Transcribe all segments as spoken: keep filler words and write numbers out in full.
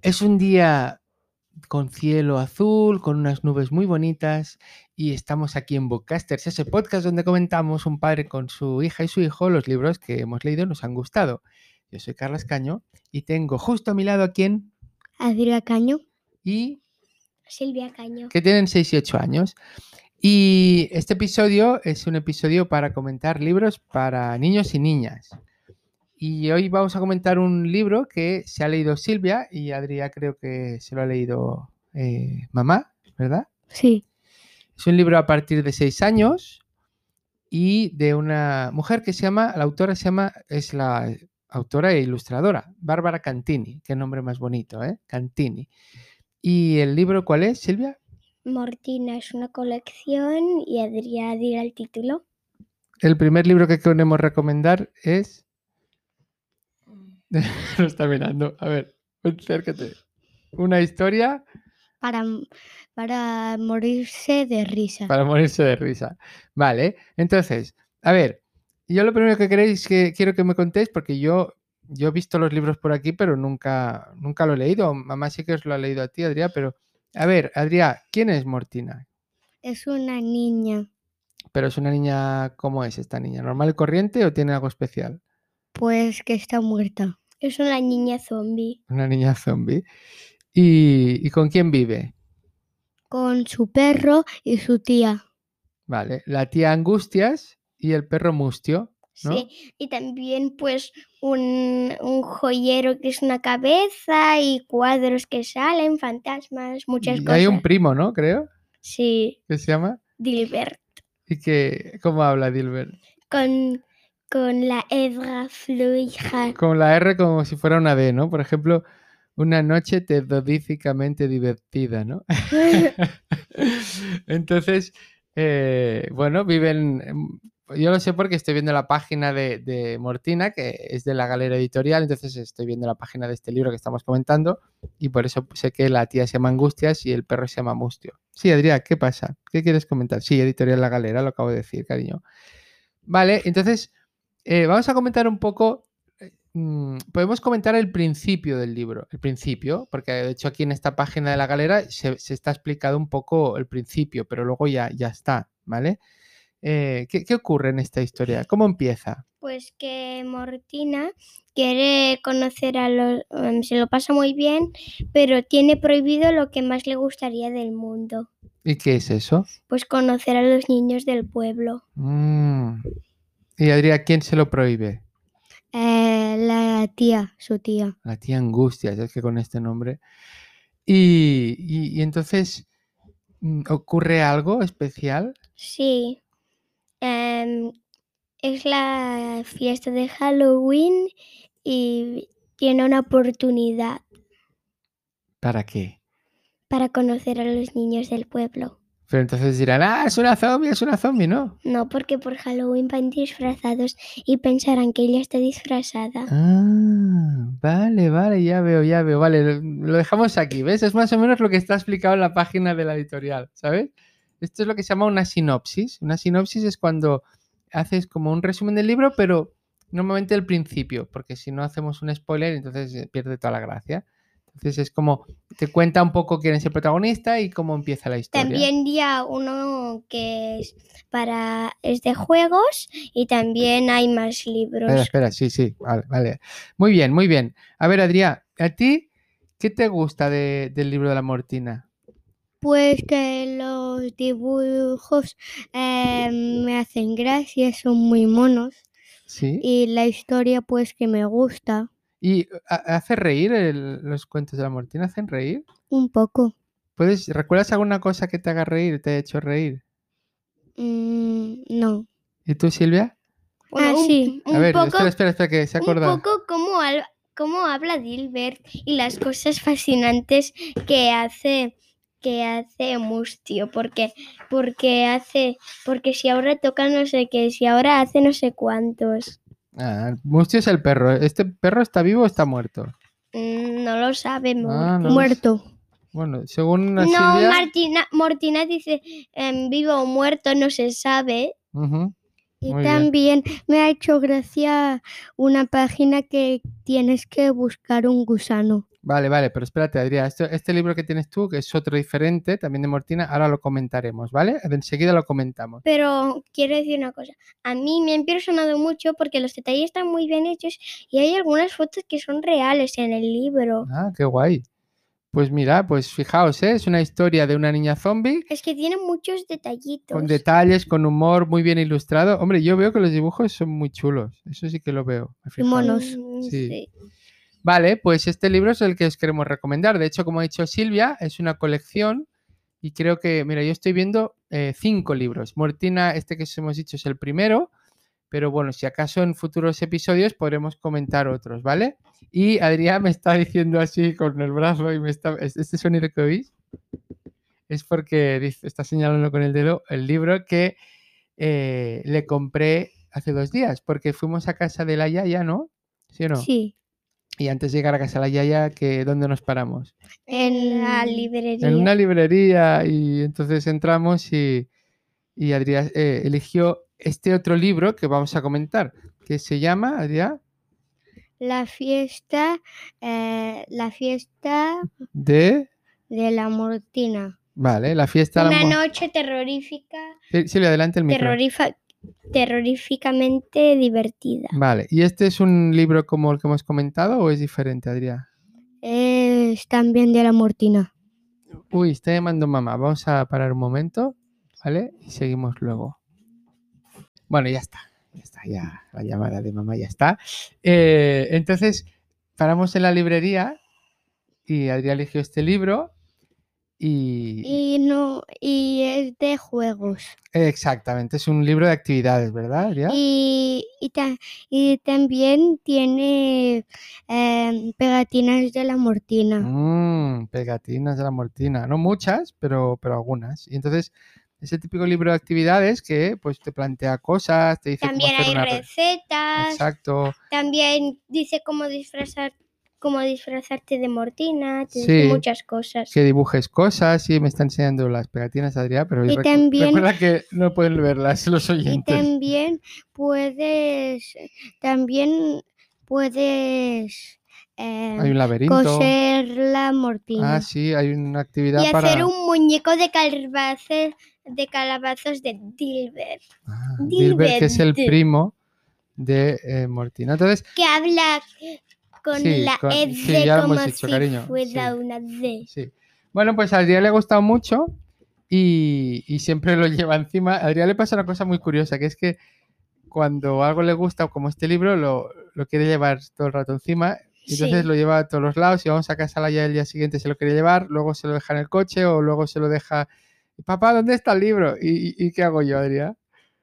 Es un día con cielo azul, con unas nubes muy bonitas y estamos aquí en Bookcasters, ese podcast donde comentamos un padre con su hija y su hijo los libros que hemos leído y nos han gustado. Yo soy Carlos Caño y tengo justo a mi lado a quien Adrià Caño y Silvia Caño. que tienen seis y ocho años. Y este episodio es un episodio para comentar libros para niños y niñas. Y hoy vamos a comentar un libro que se ha leído Silvia y Adrià creo que se lo ha leído eh, mamá, ¿verdad? Sí. Es un libro a partir de seis años y de una mujer que se llama, la autora se llama, es la autora e ilustradora, Bárbara Cantini. Qué nombre más bonito, ¿eh? Cantini. ¿Y el libro cuál es, Silvia? Mortina es una colección y Adrià dirá el título. El primer libro que queremos recomendar es... Lo está mirando. A ver, acércate. Una historia... Para, para morirse de risa. Para morirse de risa. Vale, entonces, a ver, yo lo primero que queréis que quiero que me contéis, porque yo, yo he visto los libros por aquí, pero nunca, nunca lo he leído. Mamá sí que os lo ha leído a ti, Adrià, pero... A ver, Adrià, ¿quién es Mortina? Es una niña. Pero es una niña, ¿cómo es esta niña? ¿Normal y corriente o tiene algo especial? Pues que está muerta. Es una niña zombie. Una niña zombie. ¿Y, y con quién vive? Con su perro y su tía. Vale, la tía Angustias y el perro Mustio, ¿no? Sí, y también pues un, un joyero que es una cabeza y cuadros que salen, fantasmas, muchas Y cosas. hay un primo, ¿no? Creo. Sí. ¿Qué se llama? Dilbert. ¿Y que cómo habla Dilbert? Con, con la R fluida. Con la R como si fuera una D, ¿no? Por ejemplo, una noche terroríficamente divertida, ¿no? Entonces, eh, bueno, viven... Yo lo sé porque estoy viendo la página de, de Mortina, que es de la Galera Editorial, entonces estoy viendo la página de este libro que estamos comentando y por eso sé que la tía se llama Angustias y el perro se llama Mustio. Sí, Adrià, ¿qué pasa? ¿Qué quieres comentar? Sí, Editorial La Galera, lo acabo de decir, cariño. Vale, entonces eh, vamos a comentar un poco... Mm, podemos comentar el principio del libro, el principio, porque de hecho aquí en esta página de la galera se, se está explicado un poco el principio, pero luego ya, ya está, ¿vale? Eh, ¿qué, ¿Qué ocurre en esta historia? ¿Cómo empieza? Pues que Mortina quiere conocer a los... Um, se lo pasa muy bien, pero tiene prohibido lo que más le gustaría del mundo. ¿Y qué es eso? Pues conocer a los niños del pueblo. Mm. ¿Y Adrià, quién se lo prohíbe? Eh, la tía, su tía. La tía Angustias, es que con este nombre. Y, y, y entonces, ¿ocurre algo especial? Sí. Um, es la fiesta de Halloween y tiene una oportunidad. ¿Para qué? Para conocer a los niños del pueblo. Pero entonces dirán, ah, es una zombie, es una zombie, ¿no? No, porque por Halloween van disfrazados y pensarán que ella está disfrazada. Ah, vale, vale, ya veo, ya veo. Vale, lo dejamos aquí, ¿ves? Es más o menos lo que está explicado en la página de la editorial, ¿sabes? Esto es lo que se llama una sinopsis. Una sinopsis es cuando haces como un resumen del libro, pero normalmente el principio, porque si no hacemos un spoiler, entonces pierde toda la gracia. Entonces es como, te cuenta un poco quién es el protagonista y cómo empieza la historia. También ya uno que es para es de juegos y también hay más libros. Espera, espera, sí, sí, vale, vale. Muy bien, muy bien. A ver, Adrià, ¿a ti qué te gusta de, del libro de la Mortina? Pues que los dibujos eh, me hacen gracia, son muy monos. Sí. Y la historia pues que me gusta. ¿Y hace reír el, los cuentos de la Mortina? ¿Hacen reír? Un poco. ¿Puedes, ¿Recuerdas alguna cosa que te haga reír, te haya hecho reír? Mm, no. ¿Y tú, Silvia? Bueno, ah, un, sí. A un ver, poco, espera, espera, espera, que se ha acordado. Un poco como, al, como habla Dilbert y las cosas fascinantes que hace que hace Mustio, porque, porque hace, porque si ahora toca no sé qué, si ahora hace no sé cuántos. Ah, Mustio es el perro. ¿Este perro está vivo o está muerto? Mm, no lo sabe, Ah, no muerto. Lo... Bueno, según No, Silvia... Martina, Mortina dice eh, vivo o muerto, no se sabe. Uh-huh. Y Muy también bien. Me ha hecho gracia una página que tienes que buscar un gusano. Vale, vale, pero espérate, Adrián, esto- este libro que tienes tú, que es otro diferente, también de Mortina, ahora lo comentaremos, ¿vale? Enseguida lo comentamos. Pero quiero decir una cosa, a mí me ha impresionado mucho porque los detalles están muy bien hechos y hay algunas fotos que son reales en el libro. Ah, qué guay. Pues mira, pues fijaos, ¿eh? Es una historia de una niña zombie Es que tiene muchos detallitos. con detalles, con humor, muy bien ilustrado. Hombre, yo veo que los dibujos son muy chulos, eso sí que lo veo. me he Y fijado. monos. Mm, Sí. sí. Vale, pues este libro es el que os queremos recomendar. De hecho, como ha dicho Silvia, es una colección y creo que, mira, yo estoy viendo eh, cinco libros. Mortina, este que os hemos dicho es el primero, pero bueno, si acaso en futuros episodios podremos comentar otros, ¿vale? Y Adrián me está diciendo así con el brazo y me está... Este sonido que oís es porque dice, está señalando con el dedo el libro que eh, le compré hace dos días, porque fuimos a casa de la Yaya, ¿no? ¿Sí o no? Sí. Y antes de llegar a casa de la Yaya, que, ¿dónde nos paramos? En la En- librería. En una librería y entonces entramos y, y Adrián eh, eligió este otro libro que vamos a comentar, que se llama, Adrián, La fiesta, eh, la fiesta de... de la Mortina. Vale, la fiesta... Una la mo- noche terrorífica, Sí, Silvia, adelante el micro. terrorifa- terroríficamente divertida. Vale, ¿y este es un libro como el que hemos comentado o es diferente, Adrián? Es también de la Mortina. Uy, está llamando mamá. Vamos a parar un momento, ¿vale? Y seguimos luego. Bueno, ya está. Ya está, ya la llamada de mamá ya está. Eh, entonces, paramos en la librería y Adrián eligió este libro y... Y no, y es de juegos. Exactamente, es un libro de actividades, ¿verdad, Adrián? Y, y, ta- y también tiene eh, pegatinas de la Mortina. Mm, pegatinas de la Mortina. No muchas, pero, pero algunas. Y entonces, ese típico libro de actividades que pues te plantea cosas, te dice También cómo hacer hay una... re- recetas. Exacto. También dice cómo disfrazar, cómo disfrazarte de Mortina. Te Sí. dice muchas cosas. Que dibujes cosas. Sí, me está enseñando las pegatinas, Adrián, pero Y recu- también- recuerda que no pueden verlas los Y oyentes. también puedes, también puedes eh, Hay un laberinto. coser la Mortina. Ah, sí, hay una actividad Y para... hacer un muñeco de calabazas, de calabazos de Dilbert. Ah, Dilbert, que es el Dilbert. primo de eh, Mortina. Entonces, Que habla con Sí, la con- E sí, D ya lo como hemos dicho, si cariño, fuera sí. una D. sí. Bueno, pues a Adrián le ha gustado mucho y, y siempre lo lleva encima. A Adrián le pasa una cosa muy curiosa, que es que cuando algo le gusta, como este libro, lo, lo quiere llevar todo el rato encima. Y entonces Sí. lo lleva a todos los lados y vamos a casa ya el día siguiente se lo quiere llevar, luego se lo deja en el coche o luego se lo deja... Papá, ¿dónde está el libro? ¿Y, y- y qué hago yo, Adrián?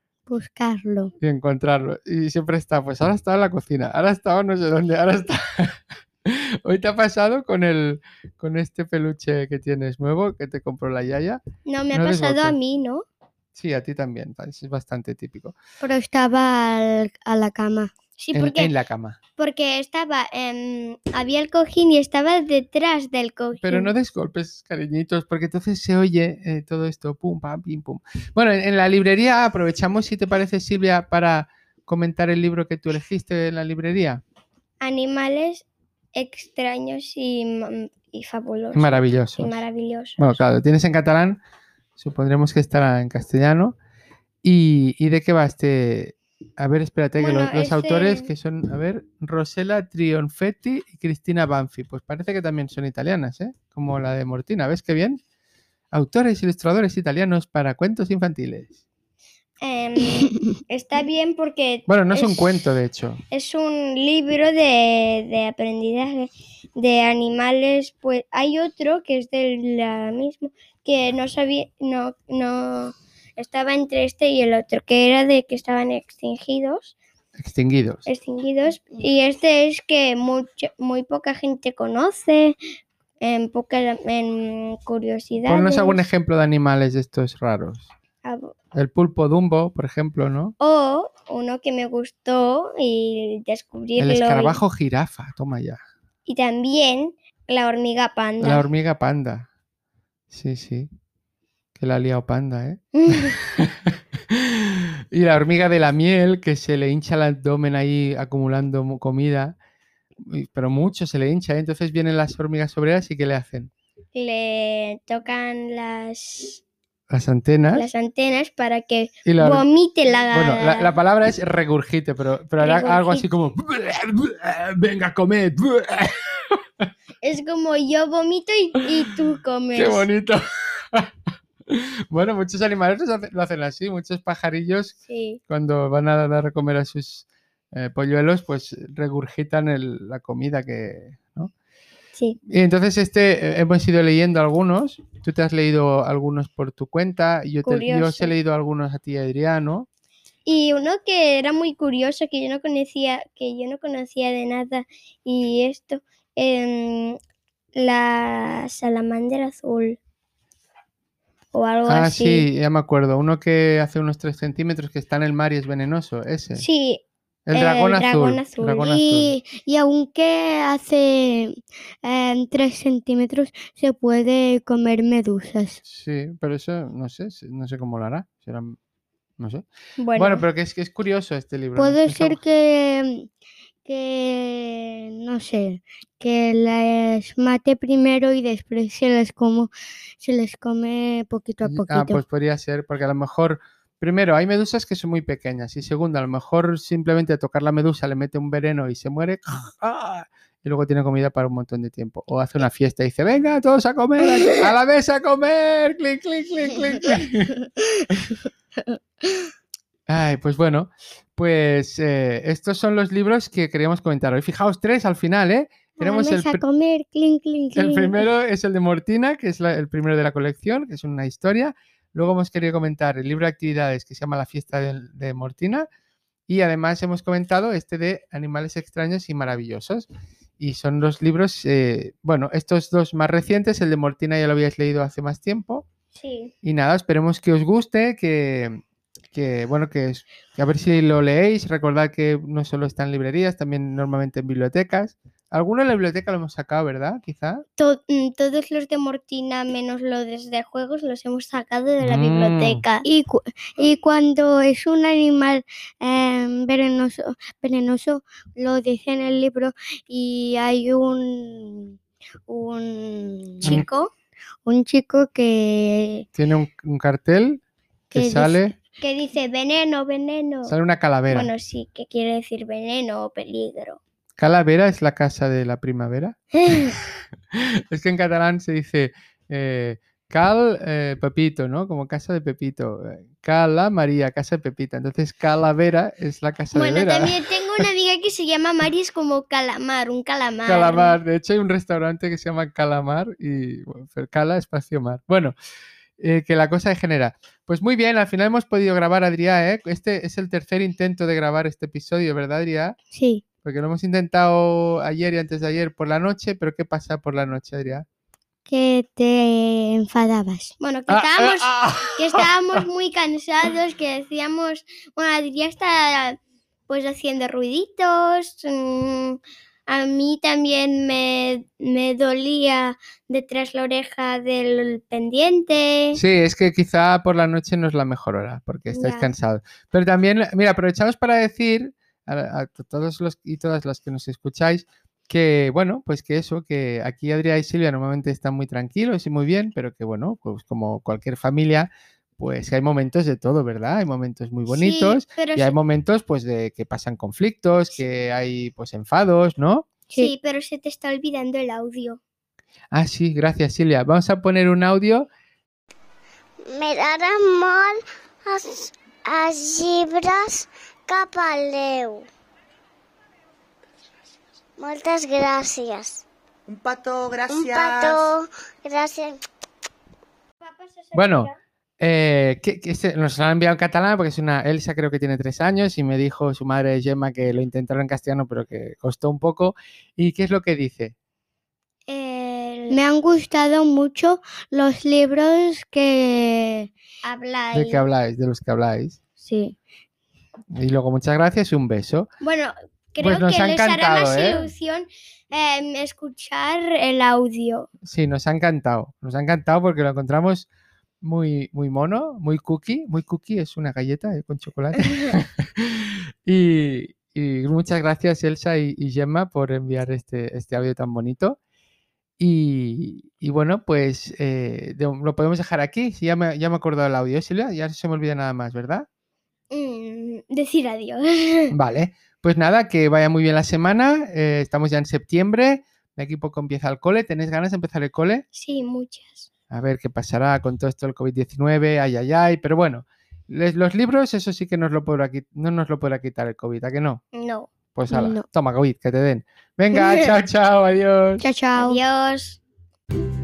Buscarlo. Y encontrarlo. Y siempre está, pues ahora está en la cocina, ahora está no sé dónde, ahora está... Hoy te ha pasado con el con este peluche que tienes nuevo que te compró la Yaya. No me ha No pasado a desbloquees. mí, ¿no? Sí, a ti también, es bastante típico. Pero estaba al- a la cama. Sí, En, porque, en la cama. porque estaba, em, había el cojín y estaba detrás del cojín. Pero no des golpes, cariñitos, porque entonces se oye eh, todo esto, pum, pam, pim, pum. Bueno, en, en la librería aprovechamos, si te parece, Silvia, para comentar el libro que tú elegiste en la librería. Animales extraños y, mm, y fabulosos. Maravilloso. Y maravillosos. Bueno, claro, lo tienes en catalán, supondremos que estará en castellano. ¿Y, y de qué va este? A ver, espérate, que Bueno, los, los ese- autores que son, a ver, Rosella Trionfetti y Cristina Banfi, pues parece que también son italianas, ¿eh? Como la de Mortina, ¿ves qué bien? Autores, ilustradores italianos para cuentos infantiles. Em, está bien porque Bueno, no es un cuento, de hecho. es un libro de, de aprendizaje de animales. Pues hay otro que es de la misma, que no sabía, no, no estaba entre este y el otro, que era de que estaban extinguidos, Extinguidos. extinguidos, y este es que mucho, muy poca gente conoce, en poca, en curiosidades. Ponnos algún ejemplo de animales de estos raros. Ah, El pulpo Dumbo, por ejemplo, ¿no? O uno que me gustó y descubrirlo. El y- escarabajo jirafa, toma ya. Y también la hormiga panda. La hormiga panda. Sí, sí. Que la ha liado panda, ¿eh? Y la hormiga de la miel, que se le hincha el abdomen ahí acumulando mu- comida. pero mucho, se le hincha, ¿eh? Entonces vienen las hormigas obreras y ¿qué le hacen? Le tocan las, Las antenas. las antenas para que Y la- vomite la... Bueno, la, la palabra es regurgite, pero, pero hará algo así como... Venga, comed. Es como yo vomito y, y tú comes. ¡Qué bonito! Bueno, muchos animales lo hacen, lo hacen así, muchos pajarillos Sí. cuando van a dar a comer a sus eh, polluelos, pues regurgitan el- la comida que... ¿no? Sí. Y entonces este eh, hemos ido leyendo algunos, tú te has leído algunos por tu cuenta, y yo, te- yo os Curioso. he leído algunos a ti, Adriano. Y uno que era muy curioso, que yo no conocía, que yo no conocía de nada, y esto, em, la salamandra azul. O algo Ah, así. sí, ya me acuerdo. Uno que hace unos tres centímetros que está en el mar y es venenoso, ese. Sí, El el dragón azul. dragón azul. dragón azul. Y, y aunque hace eh, tres centímetros, se puede comer medusas. Sí, pero eso no sé, no sé cómo lo hará. Será, no sé. bueno, Bueno, pero que es que es curioso este libro. Puede nos ser está- que, que, no sé, que las mate primero y después se les como, se les come poquito a poquito. Ah, pues podría ser, porque a lo mejor, primero, hay medusas que son muy pequeñas, y segundo, a lo mejor simplemente tocar la medusa le mete un veneno y se muere, ¡ah! Y luego tiene comida para un montón de tiempo. O hace una fiesta y dice, venga, todos a comer, aquí, a la mesa a comer, clic, clic, clic, clic, clic. Ay, pues bueno, pues eh, estos son los libros que queríamos comentar hoy. Fijaos, tres al final, ¿eh? Tenemos el, Vamos a pr- comer, clink, clink, el clink. primero es el de Mortina, que es la- el primero de la colección, que es una historia. Luego hemos querido comentar el libro de actividades que se llama La fiesta de, de Mortina. Y además hemos comentado este de Animales extraños y maravillosos. Y son los libros, eh, bueno, estos dos más recientes, el de Mortina ya lo habíais leído hace más tiempo. sí. Y nada, esperemos que os guste, que, que bueno, que, es- que a ver si lo leéis. Recordad que no solo está en librerías, también normalmente en bibliotecas. Alguno en la biblioteca lo hemos sacado, ¿verdad? Quizá. To- mm, todos los de Mortina, menos los de juegos, los hemos sacado de la Mm. biblioteca. Y, cu- y cuando es un animal eh, venenoso, venenoso, lo dice en el libro y hay un, un Chico, un chico que, Tiene un, un cartel que que dice- sale, que dice veneno, veneno. sale una calavera. Bueno, sí, que quiere decir veneno o peligro. Calavera es la casa de la primavera. Es que en catalán se dice eh, Cal eh, Pepito, ¿no? Como casa de Pepito. Eh, Cala María, casa de Pepita. Entonces Calavera es la casa Bueno, de Vera. también tengo una amiga que se llama Mari, es como calamar, un calamar. Calamar. De hecho hay un restaurante que se llama Calamar y bueno, Cala espacio mar. Bueno, eh, que la cosa degenera. Pues muy bien, al final hemos podido grabar, Adrián, ¿eh? Este es el tercer intento de grabar este episodio, ¿verdad, Adrián? sí, Porque lo hemos intentado ayer y antes de ayer por la noche, pero ¿qué pasa por la noche, Adrián? que te enfadabas. Bueno, que Ah, estábamos, ah, ah. que estábamos muy cansados, que decíamos, bueno, Adrián está pues haciendo ruiditos. mm, a mí también me, me dolía detrás la oreja del pendiente. Sí, es que quizá por la noche no es la mejor hora, porque estáis Ya. cansados. Pero también, mira, aprovechamos para decir a, a todos los y todas las que nos escucháis que, bueno, pues que eso, que aquí Adrián y Silvia normalmente están muy tranquilos y muy bien, pero que, bueno, pues como cualquier familia, pues hay momentos de todo, ¿verdad? Hay momentos muy bonitos Sí, pero y hay se, momentos, pues, de que pasan conflictos, que hay, pues, enfados, ¿no? sí, pero se te está olvidando el audio. Ah, sí, gracias, Silvia. Vamos a poner un audio. M'agrada molt els, els llibres que parleu. Moltes gràcies. Un petó, gràcies. Un petó. Gràcies. Bueno, eh, que, que se- nos lo han enviado en catalán porque es una Elsa, creo que tiene tres años, y me dijo su madre Gemma que lo intentaron en castellano, pero que costó un poco. ¿Y qué es lo que dice? El Me han gustado mucho los libros que... habla ¿De el- qué habláis? De los que habláis. Sí. Y luego muchas gracias y un beso. Bueno, creo Pues nos que ha les hará encantado, más ¿eh? ilusión em, escuchar el audio. Sí, nos ha encantado. Nos ha encantado porque lo encontramos muy, muy mono, muy cookie. Muy cookie es una galleta eh, con chocolate. y, y Y muchas gracias, Elsa y, y Gemma, por enviar este, este audio tan bonito. Y, y bueno, pues eh, de- lo podemos dejar aquí. Si ya me, ya me he acordado del audio, ¿eh, Silvia? Ya no se me olvida nada más, ¿verdad? Mm, decir adiós. Vale, pues nada, que vaya muy bien la semana. eh, estamos ya en septiembre. De aquí a poco empieza el cole. ¿Tenéis ganas de empezar el cole? Sí, muchas. A ver qué pasará con todo esto del covid diecinueve. Ay, ay, ay. Pero bueno, les- los libros, eso sí que nos lo podrá, qui- no nos lo podrá quitar el COVID, ¿a que no? No. Pues ala, No. toma COVID, que te den. Venga, chao, chao, adiós. Chao, chao. Adiós.